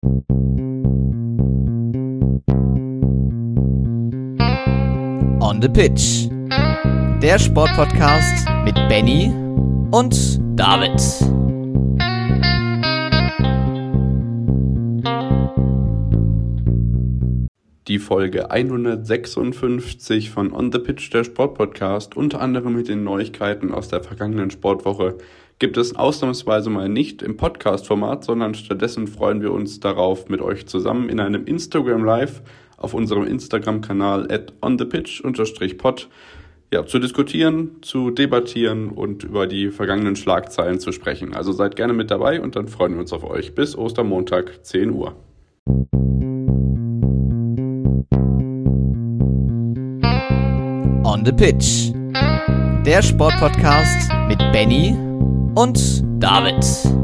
On the Pitch, der Sportpodcast mit Benny und David. Die Folge 156 von On the Pitch, der Sportpodcast, unter anderem mit den Neuigkeiten aus der vergangenen Sportwoche, gibt es ausnahmsweise mal nicht im Podcast-Format, sondern stattdessen freuen wir uns darauf, mit euch zusammen in einem Instagram Live auf unserem Instagram-Kanal @onthepitch_pod zu diskutieren, zu debattieren und über die vergangenen Schlagzeilen zu sprechen. Also seid gerne mit dabei und dann freuen wir uns auf euch. Bis Ostermontag, 10 Uhr. On the Pitch, der Sportpodcast mit Benny und David.